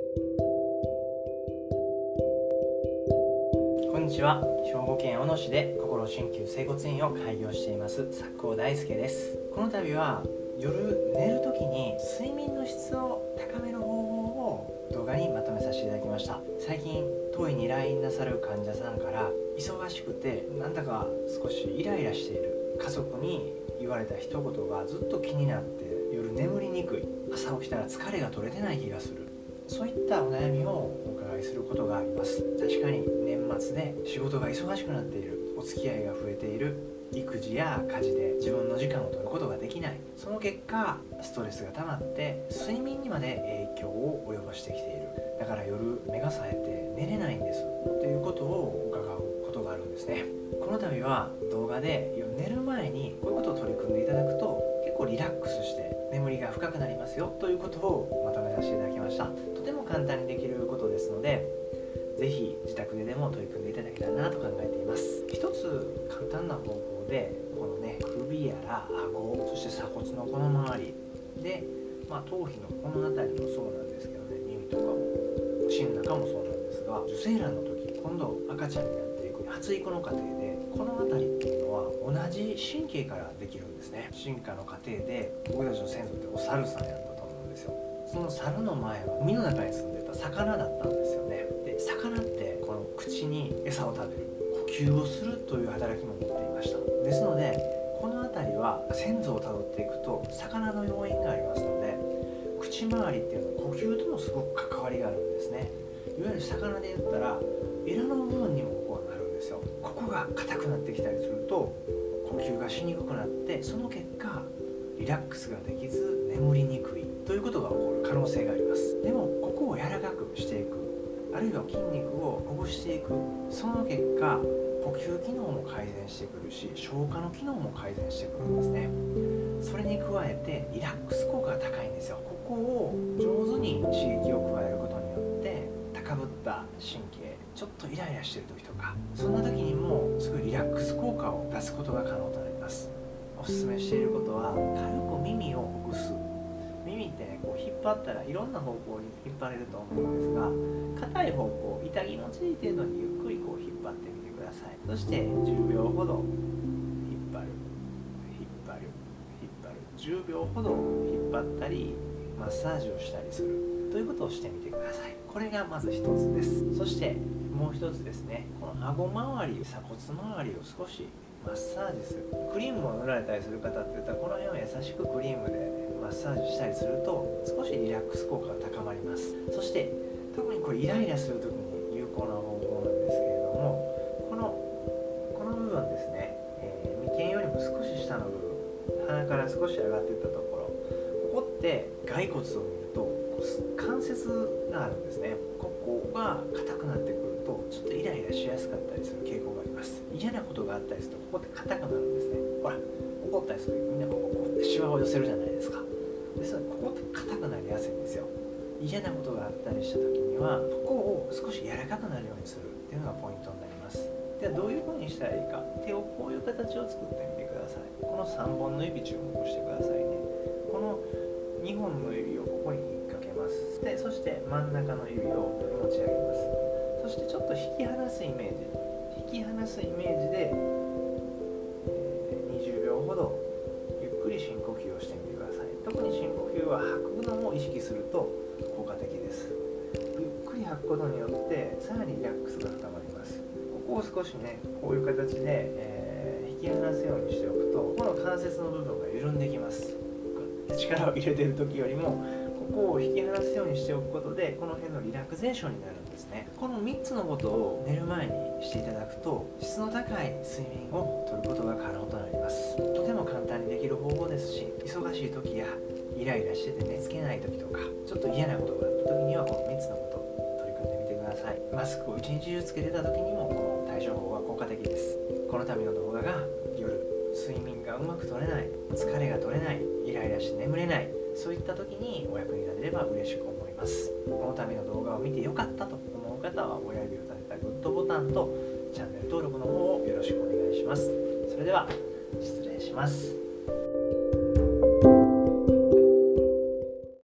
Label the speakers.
Speaker 1: こんにちは。兵庫県小野市で心鍼灸整骨院を開業しています佐久尾大輔です。この度は夜寝る時に睡眠の質を高める方法を動画にまとめさせていただきました。最近当院に来院なさる患者さんから忙しくてなんだか少しイライラしている、家族に言われた一言がずっと気になって夜眠りにくい、朝起きたら疲れが取れてない気がする、そういったお悩みをお伺いすることがあります。確かに年末で仕事が忙しくなっている、お付き合いが増えている、育児や家事で自分の時間を取ることができない、その結果ストレスが溜まって睡眠にまで影響を及ぼしてきている、だから夜目が冴えて寝れないんですということを伺うことがあるんですね。この度は動画で夜寝る前にこういうことを取り組んでいただくと結構リラックスして眠りが深くなりますよということをまとめさせていただきました。とても簡単にできることですので、ぜひ自宅ででも取り組んでいただけたらなと考えています。一つ簡単な方法で、このね、首やら顎、そして鎖骨のこの周りで、頭皮のこの辺りもそうなんですけどね、耳とかも口の中もそうなんですが、受精卵の時、今度赤ちゃんになっていく発育の過程でこの辺りっていうのは同じ神経からできるんですね。進化の過程で僕たちの先祖ってお猿さんやったと思うんですよ。その猿の前は海の中に住んでた魚だったんですよね。で、魚ってこの口に餌を食べる、呼吸をするという働きも持っていました。ですのでこの辺りは先祖をたどっていくと魚の要因がありますので、口周りっていうのは呼吸ともすごく関わりがあるんですね。いわゆる魚で言ったらエラの部分にもここがなるんですよ。ここが硬くなってきたりすると呼吸がしにくくなって、その結果リラックスができず眠りにくいということが起こる可能性があります。でもここを柔らかくしていく、あるいは筋肉をほぐしていく、その結果呼吸機能も改善してくるし、消化の機能も改善してくるんですね。それに加えてリラックス効果が高いんですよ。ここを上手に刺激を加えることによって高ぶった神経、ちょっとイライラしてる時とか、そんな時にもすごいリラックス効果を出すことが可能となります。おすすめしていることは、軽く耳をほぐす。耳ってね、こう引っ張ったらいろんな方向に引っ張れると思うんですが、硬い方向、痛気持ちいい程度にゆっくりこう引っ張ってみてください。そして10秒ほど引っ張る、引っ張る、引っ張る、10秒ほど引っ張ったりマッサージをしたりするということをしてみてください。これがまず一つです。そしてもう一つですね、この顎周り、鎖骨周りを少しマッサージする。クリームを塗られたりする方って言ったら、この辺を優しくクリームでマッサージしたりすると少しリラックス効果が高まります。そして特にこれイライラする時に有効な方法なんですけれども、この部分ですね、眉間よりも少し下の部分、鼻から少し上がっていったところ、ここって骸骨を見ると関節があるんですね。ここが硬くなってくるとちょっとイライラしやすかったりする傾向があります。嫌なことがあったりするとここって硬くなるんですね。ほら、怒ったりするとみんなこうってシワを寄せるじゃないですか。ですのでここって硬くなりやすいんですよ。嫌なことがあったりした時にはここを少し柔らかくなるようにするっていうのがポイントになります。ではどういう風にしたらいいか、手をこういう形を作ってみてください。この3本の指注目してくださいね。この2本の指をここに引っ掛けます。で、そして真ん中の指を持ち上げます。そしてちょっと引き離すイメージで、20秒ほどゆっくり深呼吸をしてみてください。特に深呼吸は吐くのも意識すると効果的です。ゆっくり吐くことによってさらにリラックスが深まります。ここを少しね、こういう形で、引き離すようにしておくと、この関節の部分が緩んできます。力を入れている時よりもここを引き離すようにしておくことで、この辺のリラクゼーションになるんですね。この3つのことを寝る前にしていただくと質の高い睡眠をとることが可能となります。とても簡単にできる方法ですし、忙しい時やイライラしてて寝つけない時とか、ちょっと嫌なことがあった時にはこの3つのことを取り組んでみてください。マスクを一日中つけてた時にもこの対処法は効果的です。この度の動画が夜睡眠がうまく取れない、疲れが取れない、イライラして眠れない、そういった時にお役に立てれば嬉しく思います。この度の動画を見てよかったと思う方は親指を立てたグッドボタンとチャンネル登録の方をよろしくお願いします。それでは失礼します。